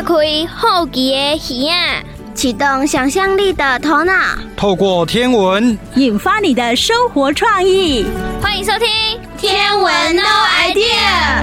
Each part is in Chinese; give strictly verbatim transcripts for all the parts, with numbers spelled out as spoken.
开好奇的耳啊，启动想象力的头脑， 透过天文引发你的生活创意。 欢迎收听天文 No Idea。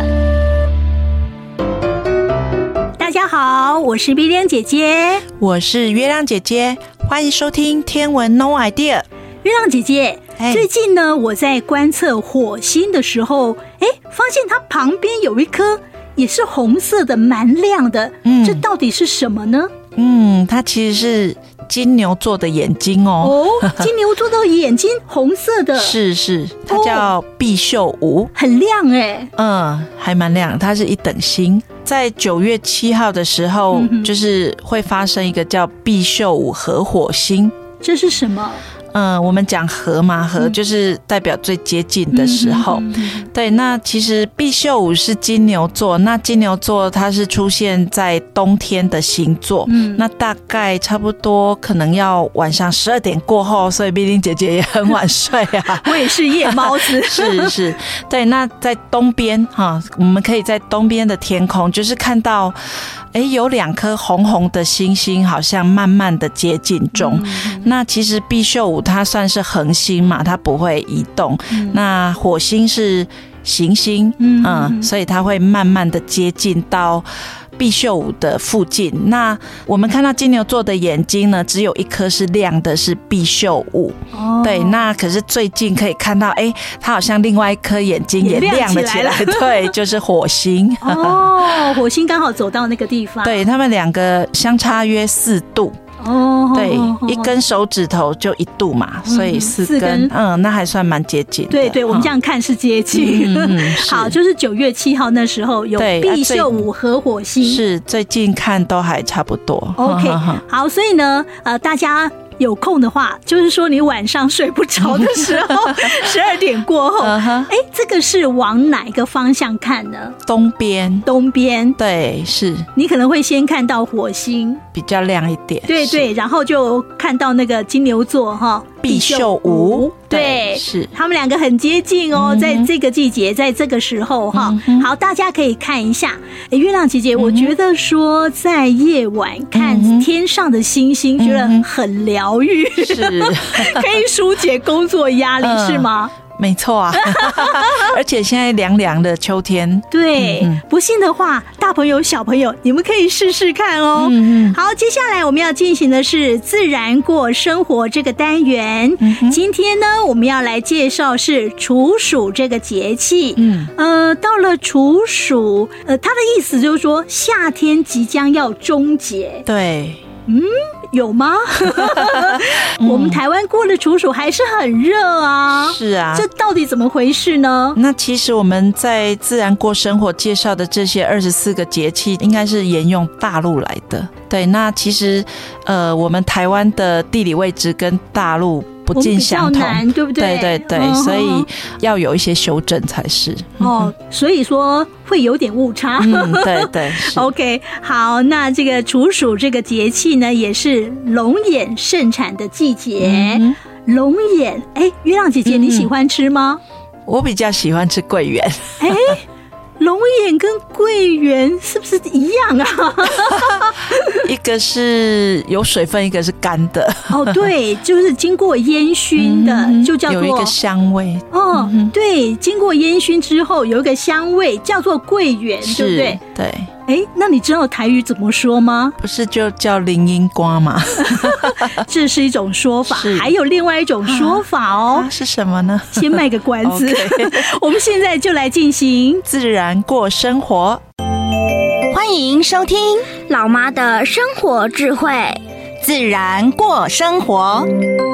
大家好，我是碧莲姐姐， 我是月亮姐姐，欢迎收听天文 No Idea。 月亮姐姐，最近呢，我在观测火星的时候，哎，发现它旁边有一颗也是红色的，蛮亮的，嗯，这到底是什么呢？ 嗯，它其实是金牛座的眼睛哦。 哦，金牛座的眼睛红色的， 是是，它叫毕宿五， 很亮哎。 嗯，还蛮亮，它是一等星。在九月七号的时候，嗯，就是会发生一个叫毕宿五合火星。 这是什么？ 嗯，我们讲合嘛，合就是代表最接近的时候。嗯嗯嗯嗯、对，那其实毕宿五是金牛座，那金牛座它是出现在冬天的星座，嗯，那大概差不多可能要晚上十二点过后，所以碧玲姐姐也很晚睡啊。 我也是夜猫子。 是是，对。那在东边哈，我们可以在东边的天空，就是看到。哎，有两颗红红的星星，好像慢慢的接近中。嗯、那其实毕宿五它算是恒星嘛，它不会移动。嗯、那火星是行星，嗯，嗯所以它会慢慢的接近到毕宿五的附近。那我们看到金牛座的眼睛呢，只有一颗是亮的，是毕宿五。哦，对，那可是最近可以看到，哎，它好像另外一颗眼睛也亮了起来，起来对，就是火星。 哦，火星刚好走到那个地方， 对，他们两个相差约四度。哦，对，哦、一根手指头就一度嘛，嗯、所以四根，根嗯，那还算蛮接近的。 对对，我们这样看是接近。嗯嗯、好，就是九月七号那时候有毕宿五合火星， 是最近看都还差不多。 OK， 好，所以呢，呃，大家。有空的话，就是说你晚上睡不着的时候，十二点过后，哎、uh-huh 欸，这个是往哪一个方向看呢？ 东边， 东边， 对，是。 你可能会先看到火星， 比较亮一点， 对对，然后就看到那个金牛座哈， 毕宿五， 对， 是， 他们两个很接近哦，嗯、在这个季节，在这个时候哈，嗯、好，大家可以看一下。欸、月亮姐姐，嗯、我觉得说在夜晚看天上的星星，嗯、觉得很疗。疗愈是可以疏解工作压力，嗯、是吗？ 没错啊，而且现在凉凉的秋天， 对，嗯、不信的话，大朋友小朋友你们可以试试看哦。嗯、好，接下来我们要进行的是自然过生活这个单元。嗯、今天呢，我们要来介绍是处暑这个节气。嗯，呃，到了处暑，呃，它的意思就是说夏天即将要终结。 对。 嗯，有吗？我们台湾过了处暑还是很热啊。 是啊， 这到底怎么回事呢？ 那其实我们在自然过生活介绍的这些二十四个节气，应该是沿用大陆来的。对，那其实呃，我们台湾的地理位置跟大陆不尽相同， 难，对不对？ 对对对，哦、所以要有一些修正才是。 哦，嗯、所以说会有点误差。 嗯，对对。 OK， 好，那这个处暑这个节气呢，也是龙眼盛产的季节。嗯、龙眼，哎，月亮姐姐，嗯、你喜欢吃吗？ 我比较喜欢吃桂圆。 哎。龙眼跟桂圆是不是一样啊？ 一个是有水分，一个是干的。 哦，对，就是经过烟熏的，嗯、就叫做有一个香味。 哦，嗯、对，经过烟熏之后有一个香味，叫做桂圆，对不对？ 对。 哎，那你知道台语怎么说吗？ 不是就叫灵音瓜吗？ 这是一种说法，还有另外一种说法哦。 啊、是什么呢？ 先卖个关子。okay、我们现在就来进行自然过生活。 欢迎收听老妈的生活智慧， 自然过生活。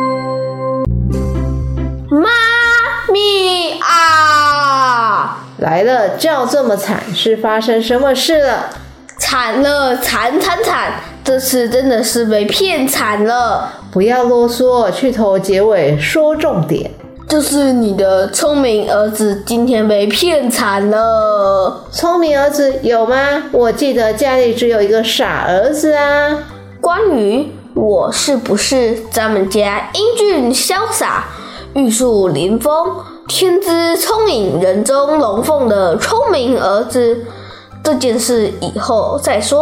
妈咪啊！来了，叫这么惨，是发生什么事了？ 惨了，惨惨惨！这次真的是被骗惨了。 不要啰嗦，去头结尾，说重点。 就是你的聪明儿子今天被骗惨了。 聪明儿子有吗？我记得家里只有一个傻儿子啊。 关于我是不是咱们家英俊潇洒、玉树临风、天资聪颖、人中龙凤的聪明儿子，这件事以后再说。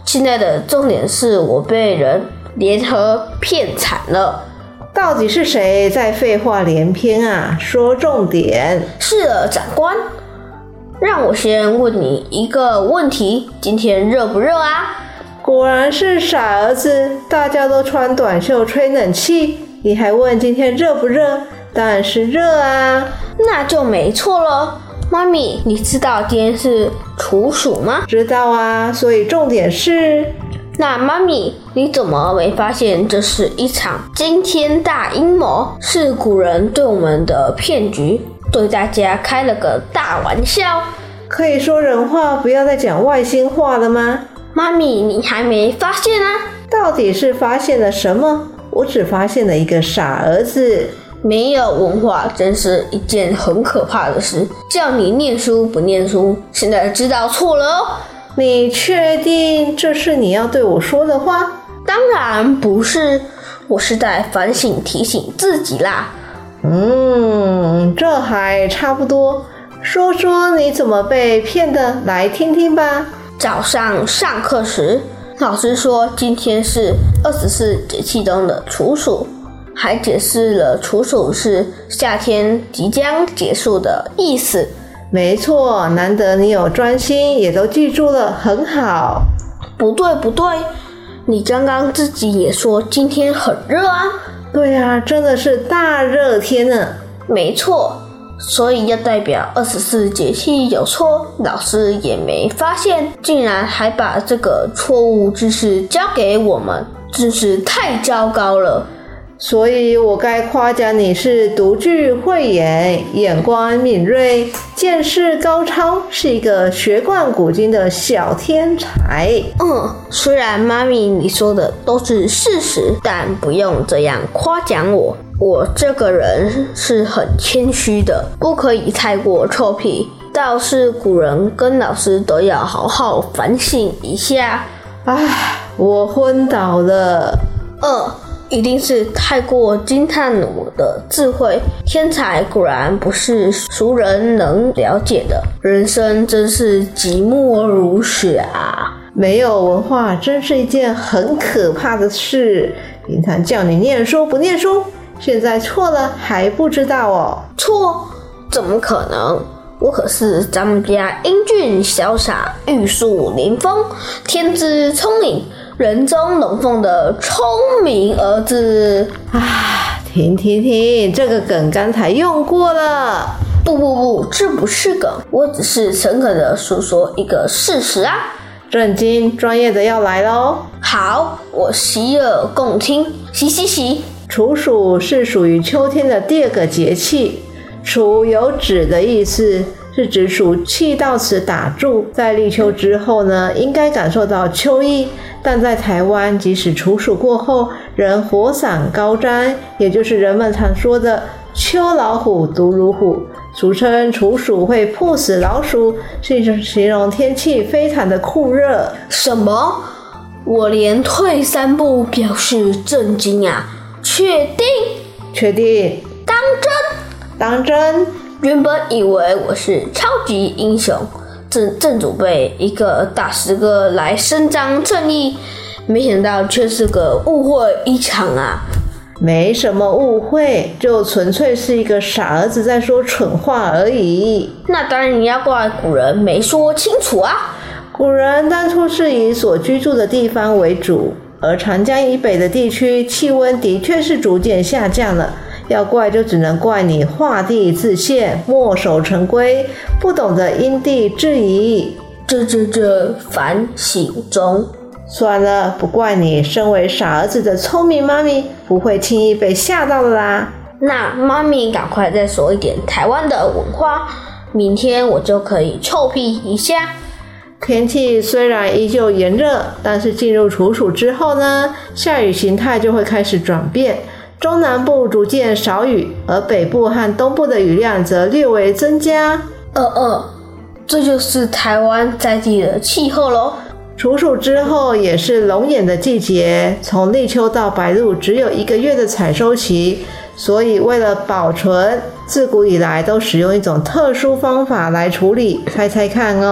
现在的重点是我被人联合骗惨了。 到底是谁在废话连篇啊？说重点。 是的，长官。让我先问你一个问题，今天热不热啊？ 果然是傻儿子，大家都穿短袖吹冷气，你还问今天热不热？当然是热啊。 那就没错了。妈咪，你知道今天是处暑吗？ 知道啊，所以重点是…… 那妈咪，你怎么没发现这是一场惊天大阴谋？是古人对我们的骗局，对大家开了个大玩笑。 可以说人话，不要再讲外星话了吗？ 妈咪，你还没发现啊？ 到底是发现了什么？我只发现了一个傻儿子。 没有文化真是一件很可怕的事，叫你念书不念书，现在知道错了哦。 你确定这是你要对我说的话？ 当然不是，我是在反省提醒自己啦。 嗯，这还差不多。说说你怎么被骗的，来听听吧。 早上上课时，老师说今天是二十四节气中的处暑，还解释了处暑是夏天即将结束的意思。 没错，难得你有专心，也都记住了，很好。 不对不对，你刚刚自己也说今天很热啊。 对啊，真的是大热天呢。 没错，所以要代表二十四节气有错，老师也没发现，竟然还把这个错误知识交给我们，真是太糟糕了。 所以我该夸奖你是独具慧眼，眼光敏锐，见识高超，是一个学贯古今的小天才。 嗯，虽然妈咪你说的都是事实，但不用这样夸奖我。我这个人是很谦虚的，不可以太过臭屁。倒是古人跟老师都要好好反省一下。 唉，我昏倒了。 嗯。一定是太过惊叹我的智慧，天才果然不是俗人能了解的，人生真是寂寞如雪啊！ 没有文化真是一件很可怕的事。平常叫你念书不念书，现在错了还不知道哦？ 错？怎么可能？我可是咱们家英俊潇洒、玉树临风、天资聪颖、人中龙凤的聪明儿子。 啊，停停停，这个梗刚才用过了。 不不不，这不是梗，我只是诚恳的诉说一个事实啊。 正经专业的要来咯。 好，我洗耳恭听。洗洗洗。 处暑是属于秋天的第二个节气，处有止的意思，是指暑气到此打住，在立秋之后呢，应该感受到秋意。但在台湾，即使处暑过后，仍火嗓高瞻，也就是人们常说的秋老虎独如虎，俗称处暑会扑死老鼠，是形容天气非常的酷热。 什么？我连退三步表示震惊啊！确定？ 确定。 当真？ 当真。 原本以为我是超级英雄，正正准备一个打十个来伸张正义，没想到却是个误会一场啊！ 没什么误会，就纯粹是一个傻儿子在说蠢话而已。 那当然你要怪古人没说清楚啊！ 古人当初是以所居住的地方为主，而长江以北的地区气温的确是逐渐下降了。要怪就只能怪你画地自限，墨守成规，不懂得因地制宜。 这这这反省中。 算了，不怪你，身为傻儿子的聪明妈咪不会轻易被吓到的啦。 那妈咪赶快再说一点台湾的文化，明天我就可以臭屁一下。 天气虽然依旧炎热，但是进入处暑之后呢，下雨形态就会开始转变。中南部逐渐少雨，而北部和东部的雨量则略微增加。 呃呃，这就是台湾在地的气候咯。 处暑之后也是龙眼的季节，从立秋到白露只有一个月的采收期，所以为了保存，自古以来都使用一种特殊方法来处理，猜猜看哦。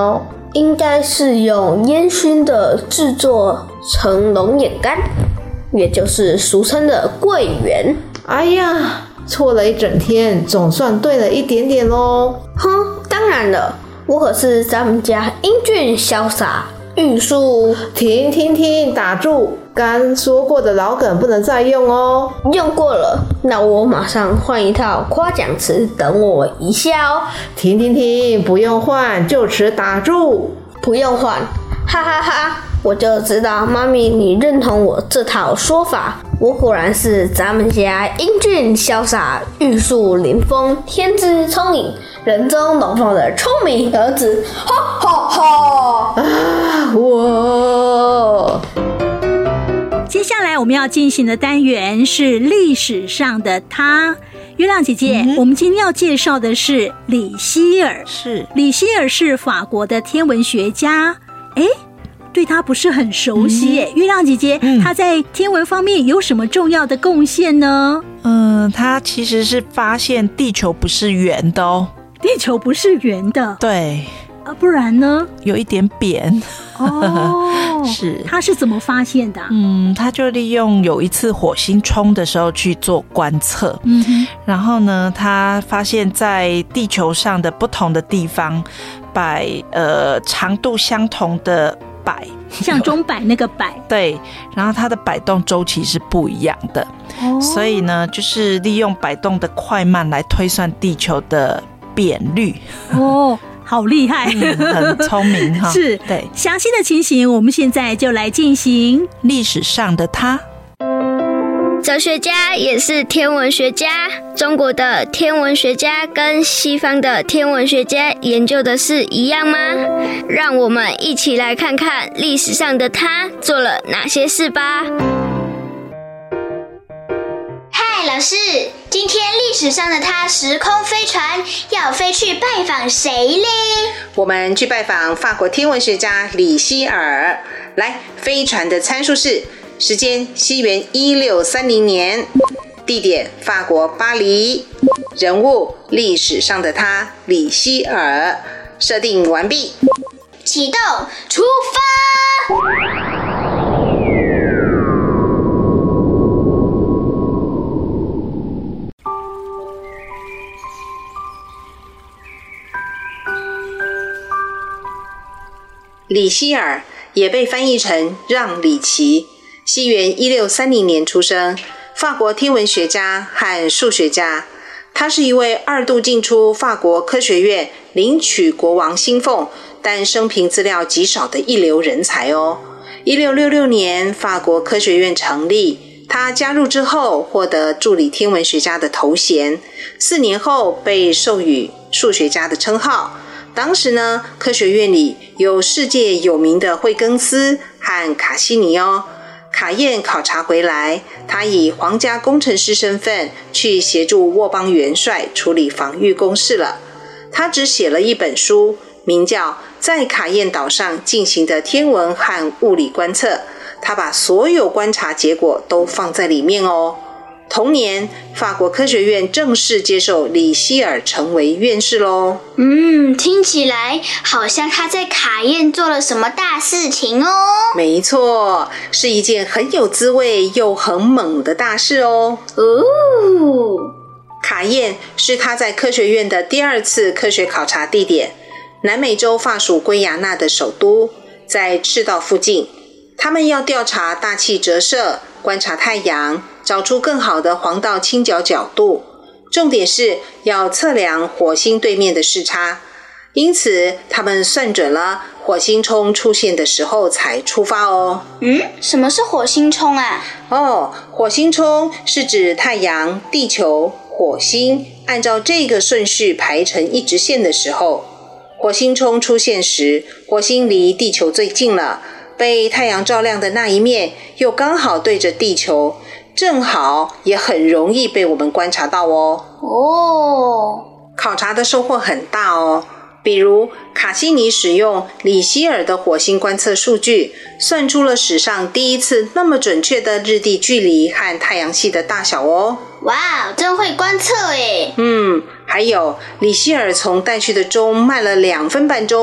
应该是用烟熏的制作成龙眼干，也就是俗称的桂圆。 哎呀，错了一整天，总算对了一点点咯。 哼，当然了，我可是咱们家英俊潇洒玉树。 停停停，打住！刚说过的老梗不能再用哦。 用过了，那我马上换一套夸奖词，等我一下哦。 停停停，不用换，就此打住。 不用换，哈哈哈！我就知道妈咪你认同我这套说法。我果然是咱们家英俊潇洒、玉树临风、天资聪颖、人中龙凤的聪明儿子。哈哈哈！ 啊，我。 接下来我们要进行的单元是历史上的他。月亮姐姐、嗯、我们今天要介绍的是里希尔。 是里希尔是法国的天文学家。诶，对他不是很熟悉耶、嗯、月亮姐姐、嗯、他在天文方面有什么重要的贡献呢？ 嗯，他其实是发现地球不是圆的哦。 地球不是圆的？ 对啊，不然呢？ 有一点扁。 哦， 是。 他是怎么发现的、啊？ 嗯，他就利用有一次火星冲的时候去做观测。嗯哼，然后呢，他发现在地球上的不同的地方摆呃长度相同的摆， 像钟摆那个摆。 对，然后它的摆动周期是不一样的。哦，所以呢，就是利用摆动的快慢来推算地球的扁率。 哦。好厉害、 嗯、很聪明哈。 是， 对。 详细的情形我们现在就来进行历史上的他。 哲学家也是天文学家，中国的天文学家跟西方的天文学家研究的是一样吗？让我们一起来看看历史上的他做了哪些事吧。 嗨，老师，今天历史上的他时空飞船要飞去拜访谁嘞？ 我们去拜访法国天文学家里希尔。来，飞船的参数是时间西元一六三零年，地点法国巴黎，人物历史上的他里希尔。设定完毕， 启动，出发！ 里希尔也被翻译成让里奇，西元一六三零年出生，法国天文学家和数学家。他是一位二度进出法国科学院领取国王薪俸，但生平资料极少的一流人才哦。一六六六年法国科学院成立，他加入之后获得助理天文学家的头衔，四年后被授予数学家的称号。当时呢，科学院里有世界有名的惠更斯和卡西尼哦。卡宴考察回来，他以皇家工程师身份去协助沃邦元帅处理防御工事了。他只写了一本书，名叫《在卡宴岛上进行的天文和物理观测》，他把所有观察结果都放在里面哦。同年，法国科学院正式接受里希尔成为院士咯。 嗯，听起来好像他在卡宴做了什么大事情哦。 没错，是一件很有滋味又很猛的大事哦。 哦， 卡宴是他在科学院的第二次科学考察地点，南美洲法属圭亚那的首都，在赤道附近。他们要调查大气折射，观察太阳，找出更好的黄道倾角角度，重点是要测量火星对面的视差。因此他们算准了火星冲出现的时候才出发哦。 嗯，什么是火星冲啊？ 哦，火星冲是指太阳、地球、火星按照这个顺序排成一直线的时候。火星冲出现时，火星离地球最近了，被太阳照亮的那一面又刚好对着地球，正好也很容易被我们观察到哦。 哦， 考察的收获很大哦。比如卡西尼使用里希尔的火星观测数据，算出了史上第一次那么准确的日地距离和太阳系的大小哦。 哇，真会观测耶。 嗯，还有里希尔从带去的钟慢了两分半钟，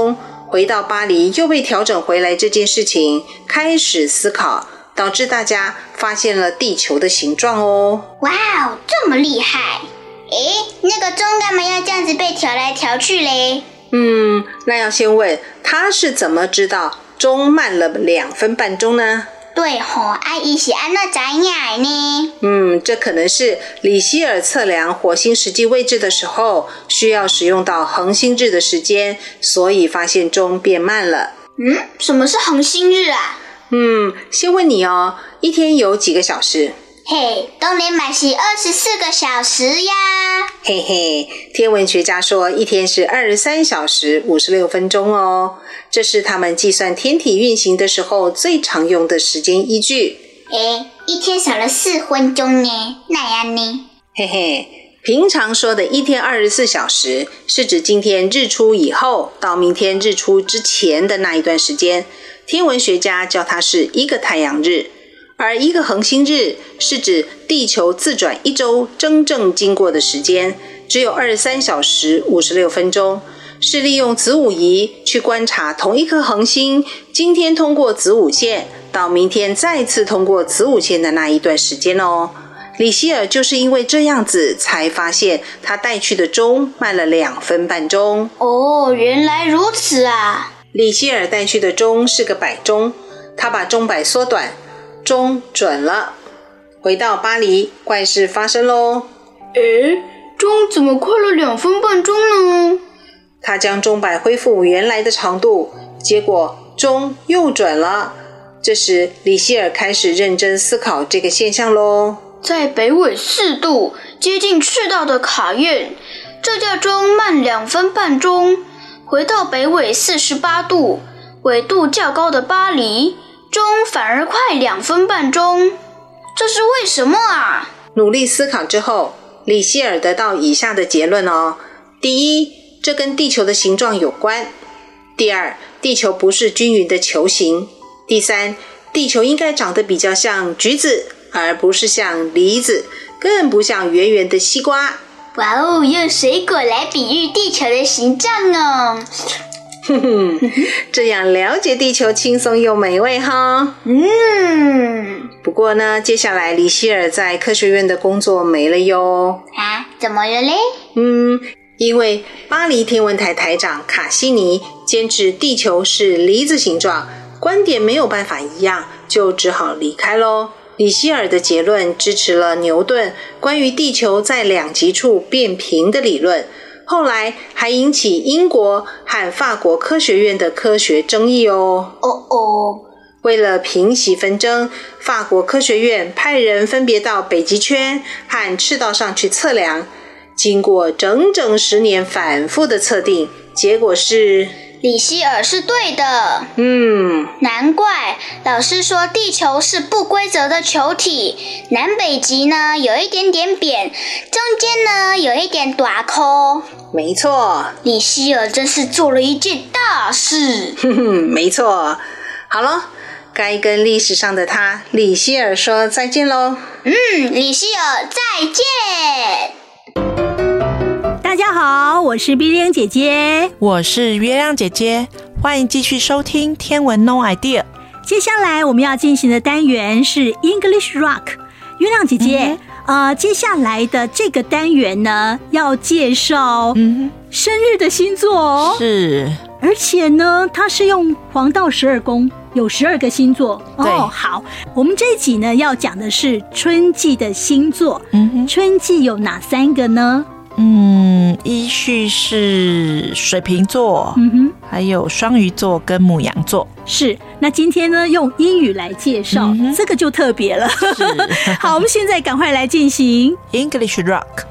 回到巴黎又被调整回来这件事情，开始思考，导致大家发现了地球的形状哦。 哇哦，这么厉害！诶，那个钟干嘛要这样子被调来调去嘞？ 嗯，那要先问他是怎么知道钟慢了两分半钟呢？ 对吼，阿姨是安怎知影呢？ 嗯，这可能是里希尔测量火星实际位置的时候，需要使用到恒星日的时间，所以发现钟变慢了。 嗯，什么是恒星日啊？ 嗯，先问你哦，一天有几个小时？ 嘿，当然嘛是二十四个小时呀。 嘿嘿，天文学家说一天是二十三小时五十六分钟哦，这是他们计算天体运行的时候最常用的时间依据。 诶，一天少了四分钟呢，那样呢？ 嘿嘿，平常说的一天二十四小时，是指今天日出以后到明天日出之前的那一段时间，天文学家叫它是一个太阳日。而一个恒星日是指地球自转一周真正经过的时间，只有二十三小时五十六分钟，是利用子午仪去观察同一颗恒星今天通过子午线到明天再次通过子午线的那一段时间哦。里希尔就是因为这样子才发现他带去的钟慢了两分半钟。 哦，原来如此啊！ 里希尔带去的钟是个摆钟，他把钟摆缩短，钟准了。回到巴黎，怪事发生咯。 诶，钟怎么快了两分半钟呢？ 他将钟摆恢复原来的长度，结果钟又准了。这时里希尔开始认真思考这个现象咯。 在北纬四度，接近赤道的卡宴，这架钟慢两分半钟。回到北纬四十八度，纬度较高的巴黎，钟反而快两分半钟，这是为什么啊？ 努力思考之后，里希尔得到以下的结论哦。第一，这跟地球的形状有关。第二，地球不是均匀的球形。第三，地球应该长得比较像橘子，而不是像梨子，更不像圆圆的西瓜。 哇哦，用水果来比喻地球的形状哦。 哼哼，这样了解地球轻松又美味哈。 嗯。 不过呢，接下来里希尔在科学院的工作没了哟。 啊，怎么了嘞？ 嗯，因为巴黎天文台台长卡西尼坚持地球是梨子形状，观点没有办法一样，就只好离开咯。里希尔的结论支持了牛顿关于地球在两极处变平的理论，后来还引起英国和法国科学院的科学争议哦。 哦哦， 为了平息纷争，法国科学院派人分别到北极圈和赤道上去测量，经过整整十年反复的测定，结果是里希尔是对的。 嗯， 难怪老师说地球是不规则的球体，南北极呢有一点点扁，中间呢有一点大颗。 没错， 里希尔真是做了一件大事。 哼哼，没错。好了，该跟历史上的他里希尔说再见咯。 嗯，里希尔再见。 大家好，我是碧玲姐姐， 我是月亮姐姐，欢迎继续收听天文 No Idea。 接下来我们要进行的单元是 English Rock。月亮姐姐，嗯、呃，接下来的这个单元呢，要介绍嗯生日的星座哦。 是， 而且呢，它是用黄道十二宫，有十二个星座。 对哦，好，我们这一集呢要讲的是春季的星座。嗯哼，春季有哪三个呢？ 嗯，依序是水瓶座，嗯哼，还有双鱼座跟牡羊座。 是，那今天呢用英语来介绍，嗯、这个就特别了。好，我们现在赶快来进行 English Rock。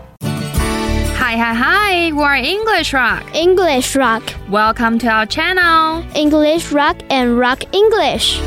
Hi, hi, hi! We're English Rock. English Rock. Welcome to our channel. English Rock and Rock English.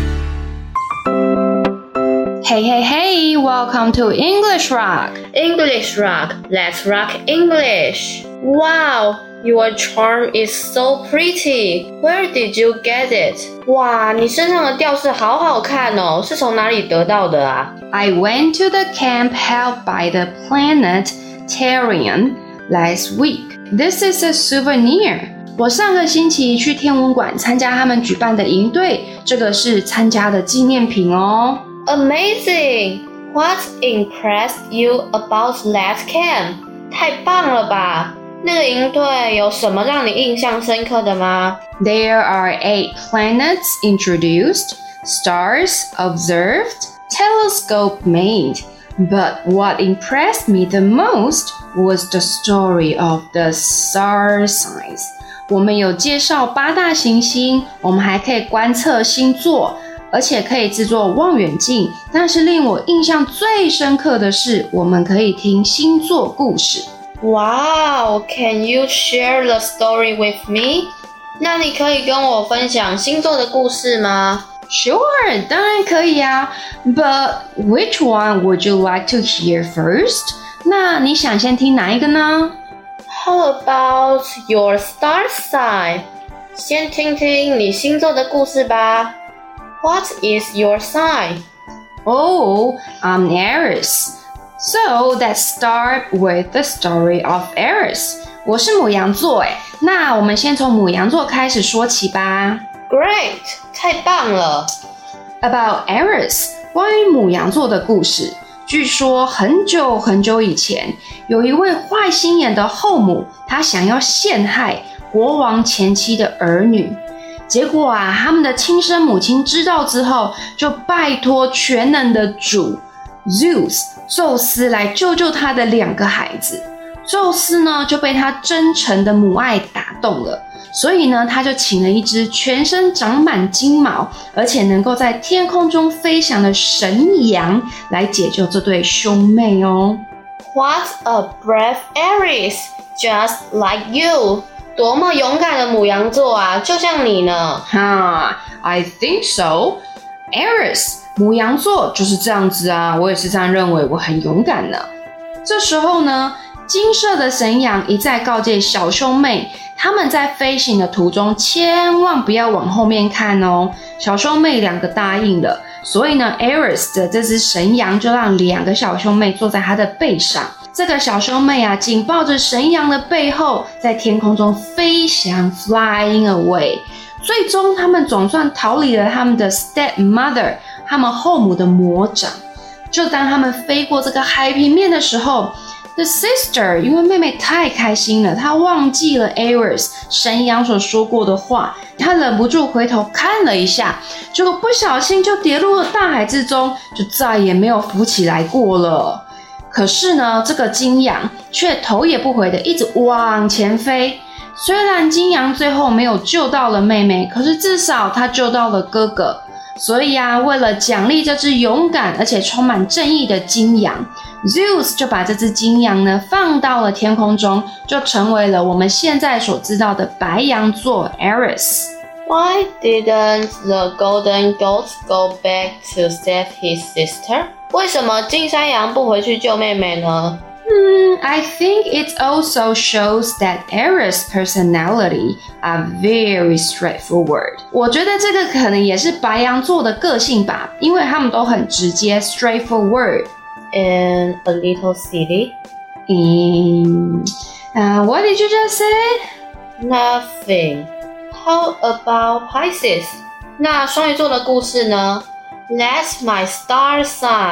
Hey, hey, hey! Welcome to English Rock. English Rock. Let's rock English. Wow, your charm is so pretty. Where did you get it? 哇，你身上的吊饰好好看哦，是从哪里得到的啊？ I went to the camp held by the planet Tarian last week. This is a souvenir. 我上个星期去天文馆参加他们举办的营队，这个是参加的纪念品哦。 Amazing! What impressed you about that camp? 太棒了吧！那个营队有什么让你印象深刻的吗？ There are eight planets introduced, stars observed, telescope made. But what impressed me the most was the story of the star signs. 我们有介绍八大行星，我们还可以观测星座，而且可以制作望远镜。但是令我印象最深刻的是，我们可以听星座故事。 Wow, can you share the story with me? 那你可以跟我分享星座的故事吗？ Sure, 当然可以啊。But which one would you like to hear first? 那你想先听哪一个呢？ How about your star sign? 先听听你星座的故事吧。What is your sign? Oh, I'm Aries.So let's start with the story of Aries. 我是牡羊座诶，那我们先从牡羊座开始说起吧。 Great, 太棒了。 About Aries, 关于牡羊座的故事。据说很久很久以前，有一位坏心眼的后母，她想要陷害国王前妻的儿女。结果啊，他们的亲生母亲知道之后，就拜托全能的主Zeus 宙斯来救救他的两个孩子。宙斯呢就被他真诚的母爱打动了，所以呢他就请了一只全身长满金毛，而且能够在天空中飞翔的神羊来解救这对兄妹哦。 What a brave Aries, just like you. 多么勇敢的牡羊座啊，就像你呢。 哈、huh, I think so.Aries 牡羊座就是这样子啊，我也是这样认为，我很勇敢呢。这时候呢，金色的神羊一再告诫小兄妹，他们在飞行的途中千万不要往后面看哦。小兄妹两个答应了，所以呢 Aries 的这只神羊就让两个小兄妹坐在他的背上。这个小兄妹啊，紧抱着神羊的背后，在天空中飞翔 flying away。最终他们总算逃离了他们的 stepmother 他们后母的魔掌。就当他们飞过这个海平面的时候， the sister 因为妹妹太开心了，她忘记了 Aries 神羊所说过的话，她忍不住回头看了一下，结果不小心就跌入了大海之中，就再也没有浮起来过了。可是呢，这个金羊却头也不回的一直往前飞。虽然金羊最后没有救到了妹妹，可是至少他救到了哥哥。所以啊，为了奖励这只勇敢而且充满正义的金羊， Zeus 就把这只金羊呢放到了天空中，就成为了我们现在所知道的白羊座 Aries。 Why didn't the golden goat go back to save his sister? 为什么金山羊不回去救妹妹呢 Hmm, I think it also shows that Aries' personality are very straightforward. 我觉得这个可能也是白羊座的个性吧，因为他们都很直接 straightforward. And a little silly? And, uh, what did you just say? Nothing. How about Pisces? 那双鱼座的故事呢？ That's my star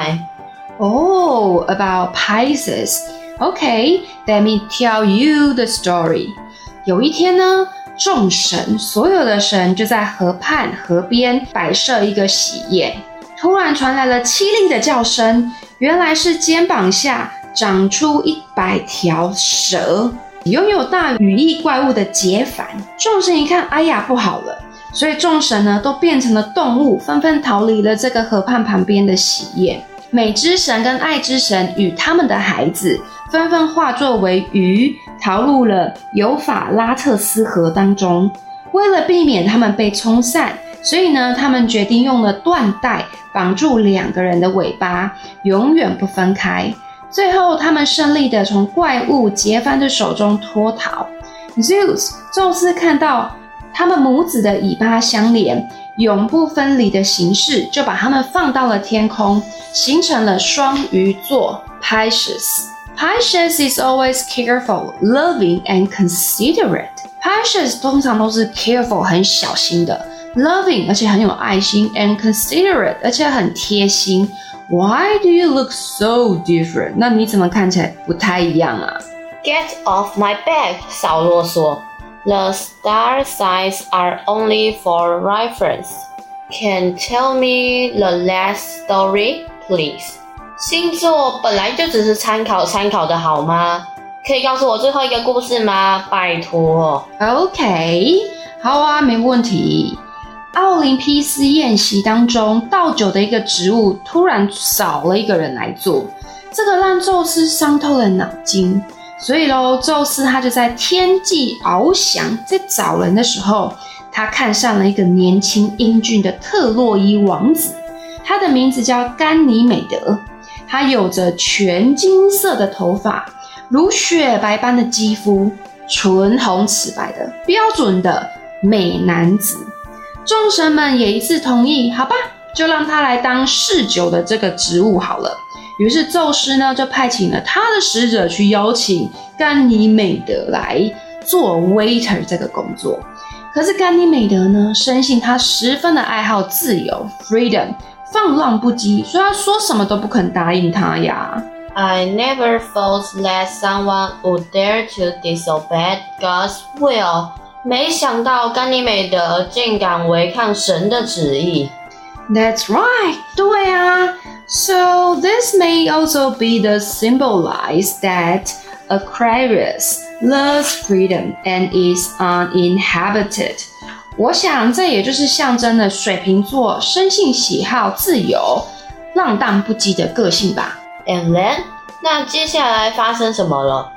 sign.Oh, about Pisces. Okay, let me tell you the story. 有一天呢，众神，所有的神就在河畔河边摆设一个喜宴。突然传来了凄厉的叫声，原来是肩膀下长出一百条蛇，拥有大羽翼怪物的杰凡。众神一看，哎呀，不好了！所以众神呢都变成了动物，纷纷逃离了这个河畔旁边的喜宴。美之神跟爱之神与他们的孩子纷纷化作为鱼，逃入了尤法拉特斯河当中。为了避免他们被冲散，所以呢，他们决定用了缎带绑住两个人的尾巴，永远不分开。最后，他们胜利的从怪物杰凡的手中脱逃。Zeus 宙斯看到他们母子的尾巴相连，永不分离的形式，就把他们放到了天空，形成了双鱼座 Pisces. Pisces is always careful, loving, and considerate. cautious 通常都是 careful 很小心的， loving 而且很有爱心 and considerate 而且很贴心。 Why do you look so different? 那你怎么看起来不太一样啊？ Get off my back, 少啰嗦。 The star signs are only for reference. Can tell me the last story, please? 星座本来就只是参考参考的好吗？可以告诉我最后一个故事吗？拜托。 OK， 好啊，没问题。奥林匹斯宴席当中倒酒的一个职务突然少了一个人来做，这个让宙斯伤透了脑筋，所以咯，宙斯他就在天际翱翔，在找人的时候，他看上了一个年轻英俊的特洛伊王子，他的名字叫甘尼美德，他有着全金色的头发，如雪白般的肌肤，唇红齿白的标准的美男子。众神们也一致同意，好吧，就让他来当侍酒的这个职务好了。于是宙斯呢就派遣了他的使者去邀请甘尼美德来做 waiter 这个工作。可是甘尼美德呢深信他十分的爱好自由 freedom 放浪不羁，所以他说什么都不肯答应他呀。 I never thought that someone would dare to disobey God's will. 没想到甘尼美德竟敢违抗神的旨意。 That's right， 对啊。So this may also be the symbolize that Aquarius loves freedom and is uninhabited。 我想这也就是象征了水瓶座生性喜好自由、浪荡不羁的个性吧。 And then， 那接下来发生什么了？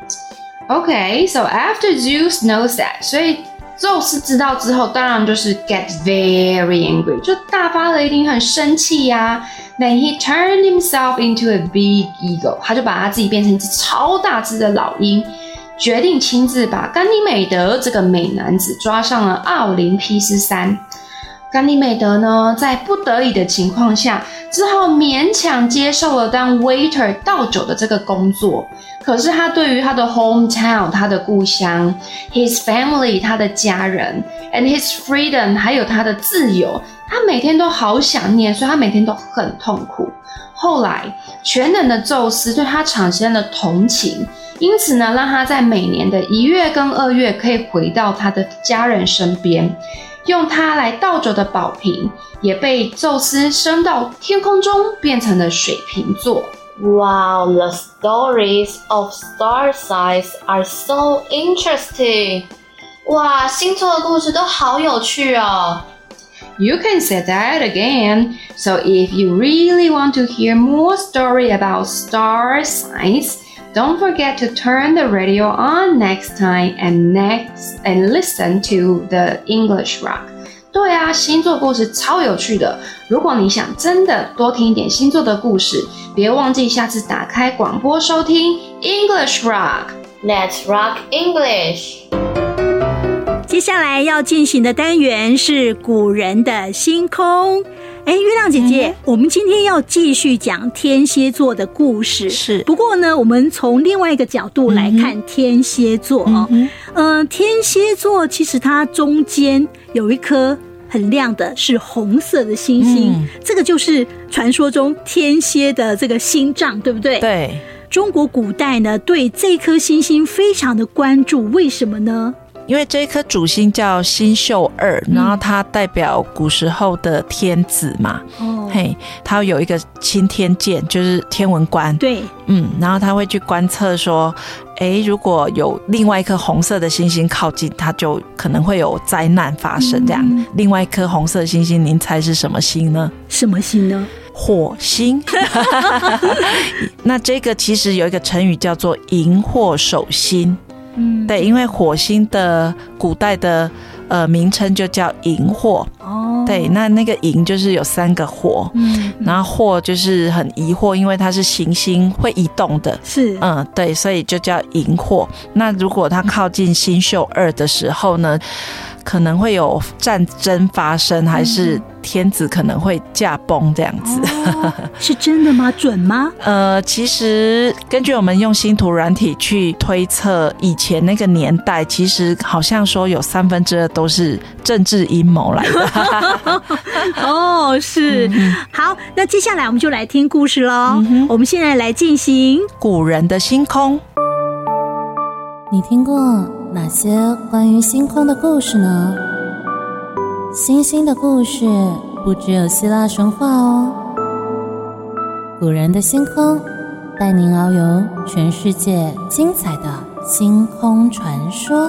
Okay, so after Zeus knows that， 所以宙斯知道之后，当然就是 get very angry， 就大发雷霆，很生气呀、啊。Then he turned himself into a big eagle， 他就把他自己变成一只超大只的老鹰，决定亲自把甘尼美德这个美男子抓上了奥林匹斯山。甘尼美德呢，在不得已的情况下，只好勉强接受了当 waiter 倒酒的这个工作。可是他对于他的 hometown 他的故乡 his family 他的家人 and his freedom 还有他的自由，他每天都好想念，所以他每天都很痛苦。后来全能的宙斯对他产生了同情，因此呢，让他在每年的一月跟二月可以回到他的家人身边，用它来倒酒的宝瓶也被宙斯升到天空中，变成了水瓶座。 Wow, the stories of star signs are so interesting. 哇，星座的故事都好有趣哦。 You can say that again. So if you really want to hear more story about star signs, don't forget to turn the radio on next time and next and listen to the English Rock. 对啊，星座故事超有趣的。如果你想真的多听一点星座的故事，别忘记下次打开广播收听 English Rock. Let's rock English. 接下来要进行的单元是古人的星空。哎，月亮姐姐、嗯，我们今天要继续讲天蝎座的故事。 是， 不过呢，我们从另外一个角度来看天蝎座哦。嗯，呃，天蝎座其实它中间有一颗很亮的是红色的星星、嗯，这个就是传说中天蝎的这个心脏，对不对？ 对。 中国古代呢，对这颗星星非常的关注，为什么呢？ 因为这一颗主星叫星宿二，然后它代表古时候的天子嘛，哦，嘿，它有一个钦天监，就是天文官， 对， 嗯，然后他会去观测说，哎，如果有另外一颗红色的星星靠近，它就可能会有灾难发生。这样，嗯、另外一颗红色的星星，您猜是什么星呢？ 什么星呢？ 火星。那这个其实有一个成语叫做荧惑守心。嗯，对，因为火星的古代的呃名称就叫荧惑哦，对，那那个荧就是有三个火，嗯，然后惑就是很疑惑，因为它是行星会移动的， 是， 嗯，对，所以就叫荧惑。那如果它靠近星宿二的时候呢， 可能会有战争发生，还是天子可能会驾崩这样子。 哦、是真的吗？准吗？ 呃，其实根据我们用星图软体去推测，以前那个年代，其实好像说有三分之二都是政治阴谋来的。 哦，是、嗯、好，那接下来我们就来听故事咯、嗯、我们现在来进行古人的星空。 你听过哪些关于星空的故事呢？星星的故事不只有希腊神话哦。古人的星空，带您遨游全世界精彩的星空传说。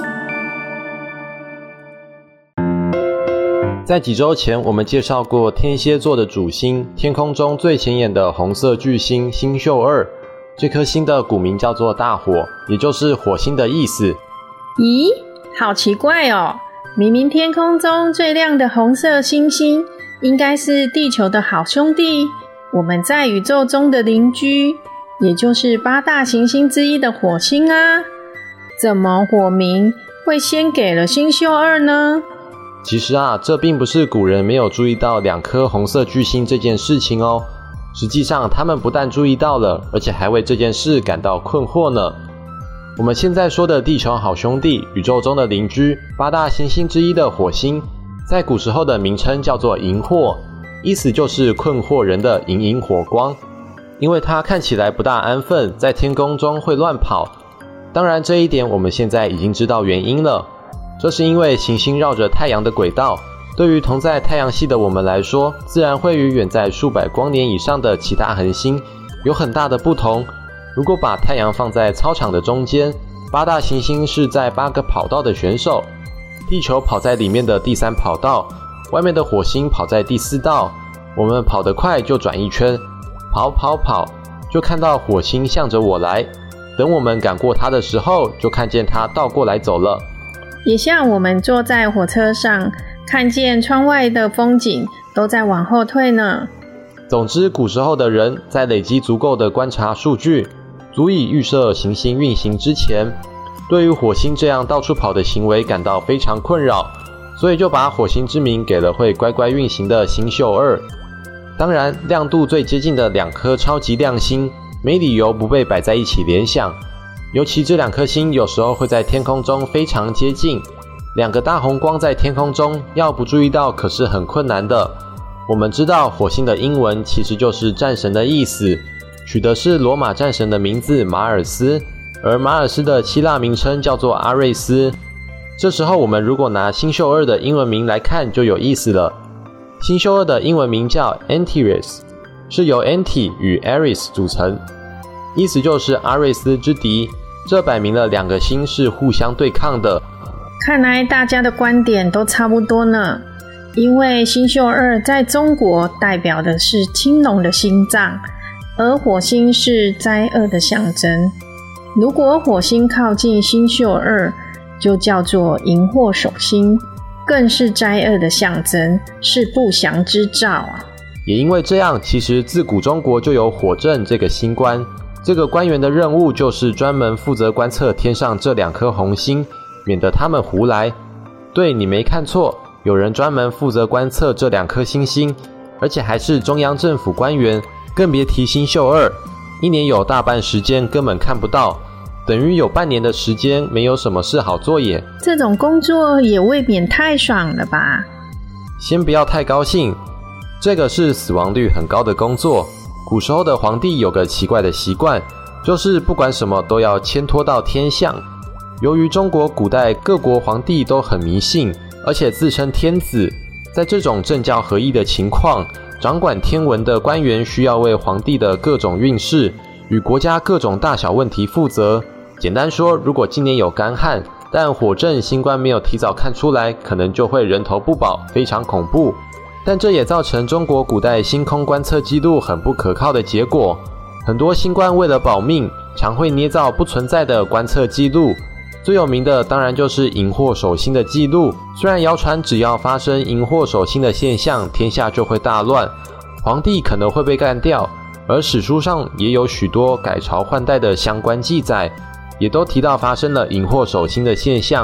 在几周前，我们介绍过天蝎座的主星，天空中最显眼的红色巨星星宿二。这颗星的古名叫做大火，也就是火星的意思。 咦，好奇怪哦！明明天空中最亮的红色星星，应该是地球的好兄弟，我们在宇宙中的邻居，也就是八大行星之一的火星啊。怎么火名会先给了星宿二呢？ 其实啊，这并不是古人没有注意到两颗红色巨星这件事情哦。实际上，他们不但注意到了，而且还为这件事感到困惑呢。我们现在说的地球好兄弟，宇宙中的邻居，八大行星之一的火星，在古时候的名称叫做荧惑，意思就是困惑人的隐隐火光。因为它看起来不大安分，在天空中会乱跑。当然，这一点我们现在已经知道原因了。这是因为行星绕着太阳的轨道，对于同在太阳系的我们来说，自然会与远在数百光年以上的其他恒星有很大的不同。如果把太阳放在操场的中间，八大行星是在八个跑道的选手，地球跑在里面的第三跑道，外面的火星跑在第四道。我们跑得快就转一圈，跑跑跑，就看到火星向着我来。等我们赶过它的时候，就看见它倒过来走了。 也像我们坐在火车上，看见窗外的风景都在往后退呢。 总之，古时候的人在累积足够的观察数据，足以预设行星运行之前，对于火星这样到处跑的行为感到非常困扰，所以就把火星之名给了会乖乖运行的星宿二。当然，亮度最接近的两颗超级亮星，没理由不被摆在一起联想。尤其这两颗星有时候会在天空中非常接近，两个大红光在天空中，要不注意到可是很困难的。我们知道火星的英文其实就是战神的意思，取的是罗马战神的名字马尔斯，而马尔斯的希腊名称叫做阿瑞斯。这时候我们如果拿星宿二的英文名来看就有意思了。星宿二的英文名叫 Antares， 是由 Anti 与 Ares 组成，意思就是阿瑞斯之敌。这摆明了两个星是互相对抗的。 看来大家的观点都差不多呢。因为星宿二在中国代表的是青龙的心脏，而火星是灾厄的象征。如果火星靠近星宿二，就叫做荧惑守星，更是灾厄的象征，是不祥之兆啊。 也因为这样，其实自古中国就有火正这个星官。这个官员的任务就是专门负责观测天上这两颗红星，免得他们胡来。对，你没看错，有人专门负责观测这两颗星星，而且还是中央政府官员，更别提星宿二，一年有大半时间根本看不到，等于有半年的时间没有什么事好做也。 这种工作也未免太爽了吧？ 先不要太高兴，这个是死亡率很高的工作。古时候的皇帝有个奇怪的习惯，就是不管什么都要牵拖到天象。由于中国古代各国皇帝都很迷信，而且自称天子，在这种政教合一的情况，掌管天文的官员需要为皇帝的各种运势与国家各种大小问题负责。简单说，如果今年有干旱，但火正星官没有提早看出来，可能就会人头不保，非常恐怖。但这也造成中国古代星空观测记录很不可靠的结果。很多星官为了保命，常会捏造不存在的观测记录。最有名的当然就是荧惑守星的记录。虽然谣传只要发生荧惑守星的现象，天下就会大乱，皇帝可能会被干掉，而史书上也有许多改朝换代的相关记载，也都提到发生了荧惑守星的现象。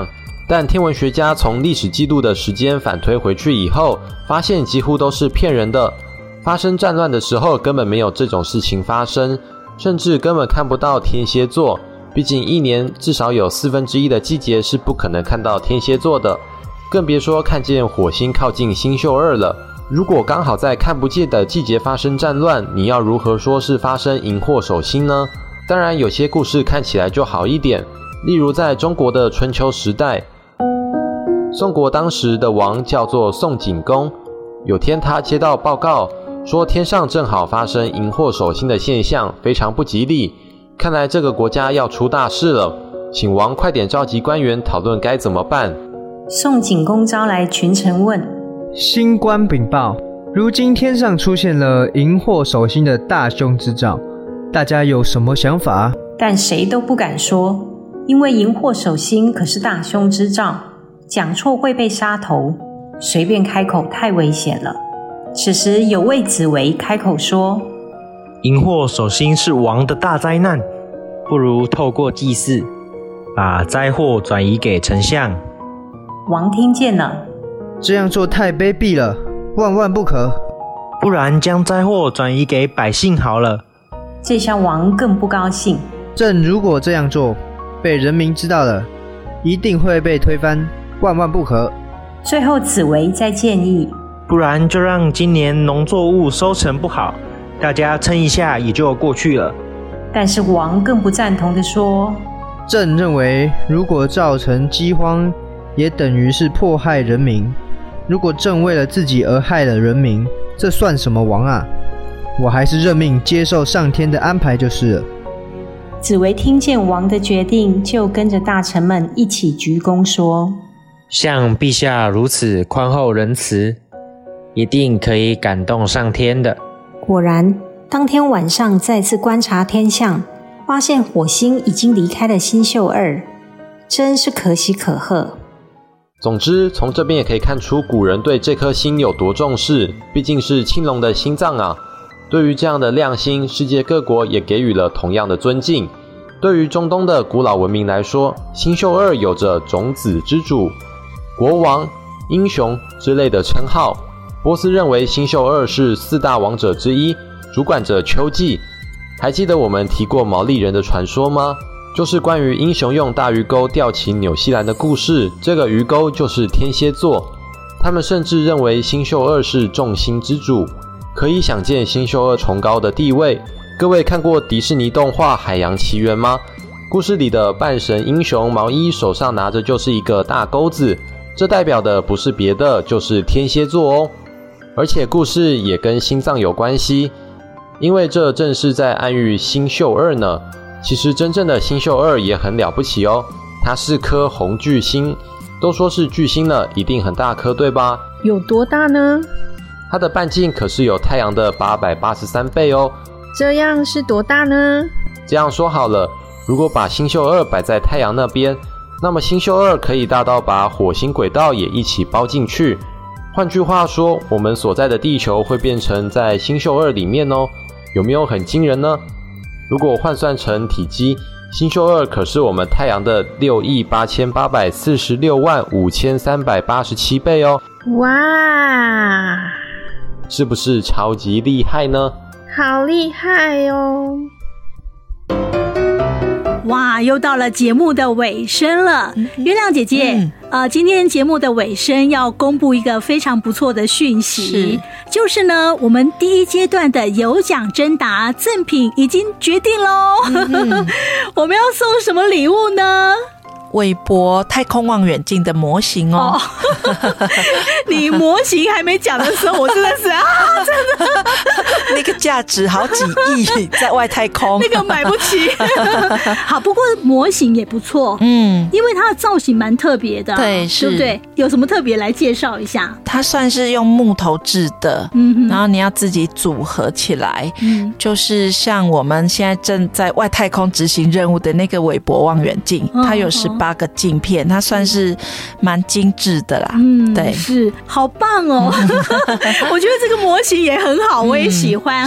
但天文学家从历史记录的时间反推回去以后，发现几乎都是骗人的。发生战乱的时候根本没有这种事情发生，甚至根本看不到天蝎座，毕竟一年至少有四分之一的季节是不可能看到天蝎座的，更别说看见火星靠近星宿二了。如果刚好在看不见的季节发生战乱，你要如何说是发生荧惑守星呢？当然有些故事看起来就好一点，例如在中国的春秋时代，宋国当时的王叫做宋景公，有天他接到报告说天上正好发生荧惑守星的现象，非常不吉利，看来这个国家要出大事了，请王快点召集官员讨论该怎么办。 宋景公招来群臣问： 星官禀报，如今天上出现了荧惑守星的大凶之兆，大家有什么想法？ 但谁都不敢说，因为荧惑守星可是大凶之兆，讲错会被杀头，随便开口太危险了。此时有位子维开口说： 荧惑守星是王的大灾难，不如透过祭祀把灾祸转移给丞相。 王听见了， 这样做太卑鄙了，万万不可。 不然将灾祸转移给百姓好了。 这下王更不高兴， 朕如果这样做被人民知道了，一定会被推翻，万万不可。 最后子维再建议， 不然就让今年农作物收成不好，大家撑一下也就过去了。 但是王更不赞同地说： 朕认为如果造成饥荒，也等于是迫害人民。如果朕为了自己而害了人民，这算什么王啊？我还是认命接受上天的安排就是了。 子维听见王的决定，就跟着大臣们一起鞠躬说： 像陛下如此宽厚仁慈，一定可以感动上天的。 果然，当天晚上再次观察天象，发现火星已经离开了星宿二，真是可喜可贺。 总之，从这边也可以看出古人对这颗星有多重视，毕竟是青龙的心脏啊。对于这样的亮星，世界各国也给予了同样的尊敬。对于中东的古老文明来说，星宿二有着种子之主、国王、英雄之类的称号。波斯认为星宿二是四大王者之一，主管着秋季。还记得我们提过毛利人的传说吗？就是关于英雄用大鱼钩钓起纽西兰的故事，这个鱼钩就是天蝎座。他们甚至认为星宿二是众星之主，可以想见星宿二崇高的地位。各位看过迪士尼动画《海洋奇缘》吗？故事里的半神英雄毛衣手上拿着就是一个大钩子，这代表的不是别的，就是天蝎座哦。而且故事也跟心脏有关系，因为这正是在暗喻星宿二呢。其实真正的星宿二也很了不起哦，它是颗红巨星，都说是巨星了，一定很大颗，对吧？ 有多大呢？ 它的半径可是有太阳的八百八十三倍哦。 这样是多大呢？ 这样说好了，如果把星宿二摆在太阳那边，那么星宿二可以大到把火星轨道也一起包进去。换句话说，我们所在的地球会变成在星宿二里面哦，有没有很惊人呢？如果换算成体积，星宿二可是我们太阳的六亿八千八百四十六万五千三百八十七倍哦！ 哇， 是不是超级厉害呢？ 好厉害哦！ 哇，又到了节目的尾声了。嗯、月亮姐姐、嗯，呃，今天节目的尾声要公布一个非常不错的讯息，是就是呢，我们第一阶段的有奖征答赠品已经决定喽。嗯、我们要送什么礼物呢？ 韦伯太空望远镜的模型哦。 哦你模型还没讲的时候，我真的是啊，真的那个价值好几亿，在外太空， 那个买不起。好，不过模型也不错，嗯，因为它的造型蛮特别的， 对，是， 对不对？有什么特别来介绍一下？ 它算是用木头制的，嗯，然后你要自己组合起来，嗯，就是像我们现在正在外太空执行任务的那个韦伯望远镜，它有十八个镜片，它算是蛮精致的啦。嗯，对， 是好棒哦！我觉得这个模型也很好，我也喜欢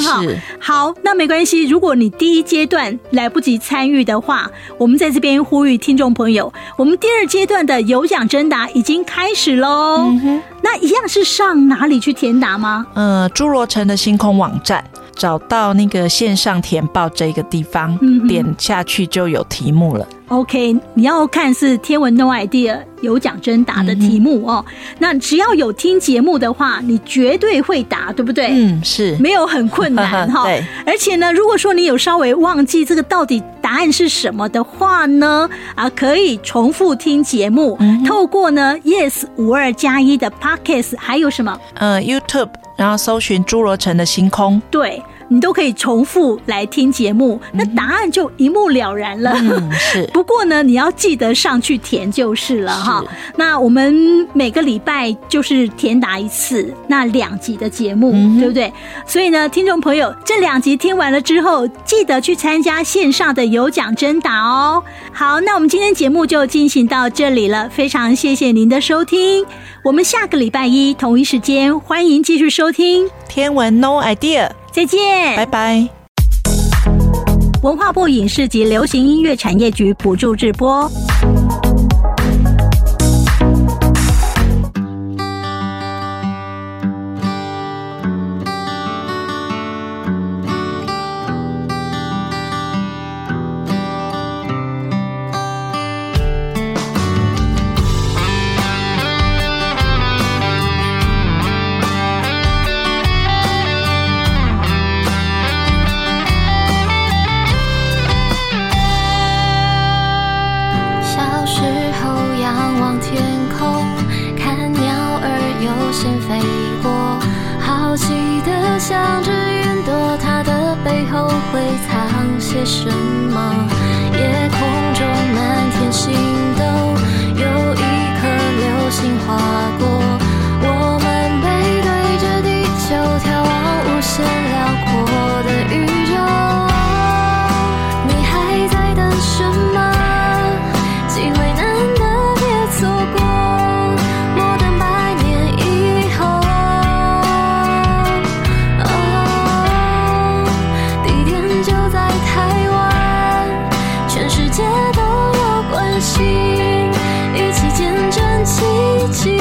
哈。好，那没关系，如果你第一阶段来不及参与的话，我们在这边呼吁听众朋友，我们第二阶段的有奖征答已经开始喽。嗯、那一样是上哪里去填答吗？ 呃，侏罗城的星空网站。找到那个线上填报这个地方、嗯、点下去就有题目了。 OK， 你要看是天文 No Idea 有奖征答的题目哦、嗯、那只要有听节目的话你绝对会答，对不对？ 嗯，是没有很困难哈。 对， 而且呢如果说你有稍微忘记这个到底答案是什么的话呢啊，可以重复听节目、嗯、透过呢 Yes 五二加一的 Podcast 还有什么呃 YouTube， 然后搜寻侏罗城的星空， 对，你都可以重复来听节目、嗯、那答案就一目了然了、 嗯、是。 不过呢你要记得上去填就是了哈。那我们每个礼拜就是填答一次，那两集的节目、嗯、对不对？所以呢听众朋友这两集听完了之后记得去参加线上的有奖征答哦。好，那我们今天节目就进行到这里了，非常谢谢您的收听，我们下个礼拜一同一时间欢迎继续收听天文 No Idea， 再见， 拜拜。 文化部影视及流行音乐产业局补助直播。 向着云朵，它的背后会藏些什么？夜空中满天星斗，有一颗流星划过，我们背对着地球，眺望无限辽阔的宇宙。你还在等什么？机会难得，别错过。莫等百年以后。一起见证奇迹，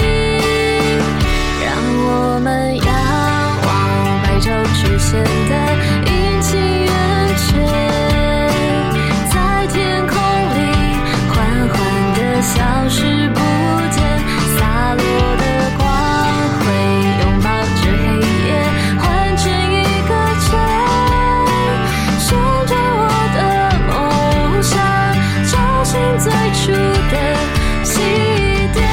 让我们仰望白昼出现的阴晴圆缺，在天空里缓缓地消失不见，洒落的光辉拥抱着黑夜，换成一个圈，旋转我的梦想，找寻最初的起点。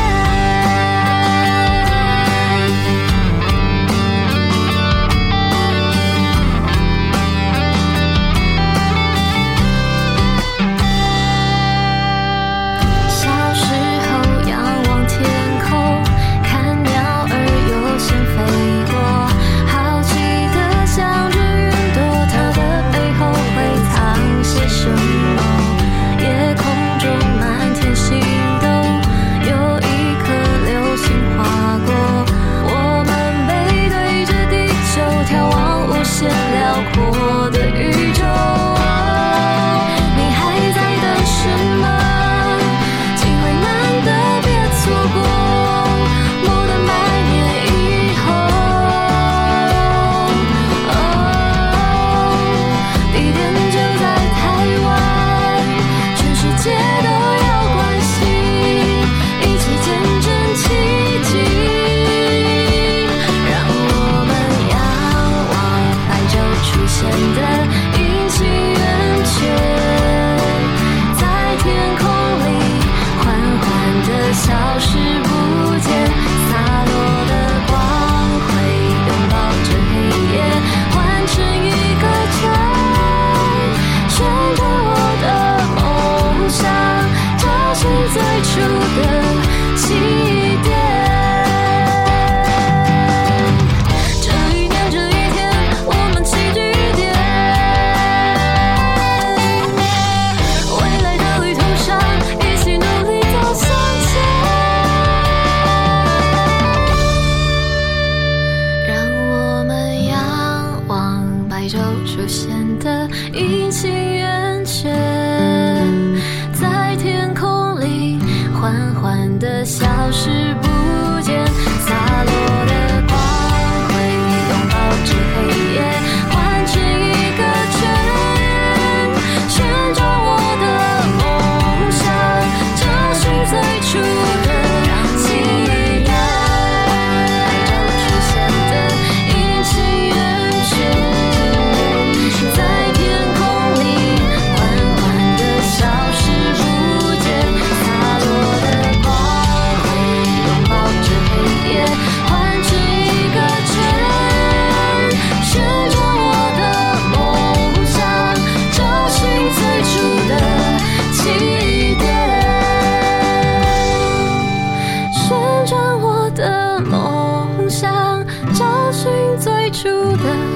的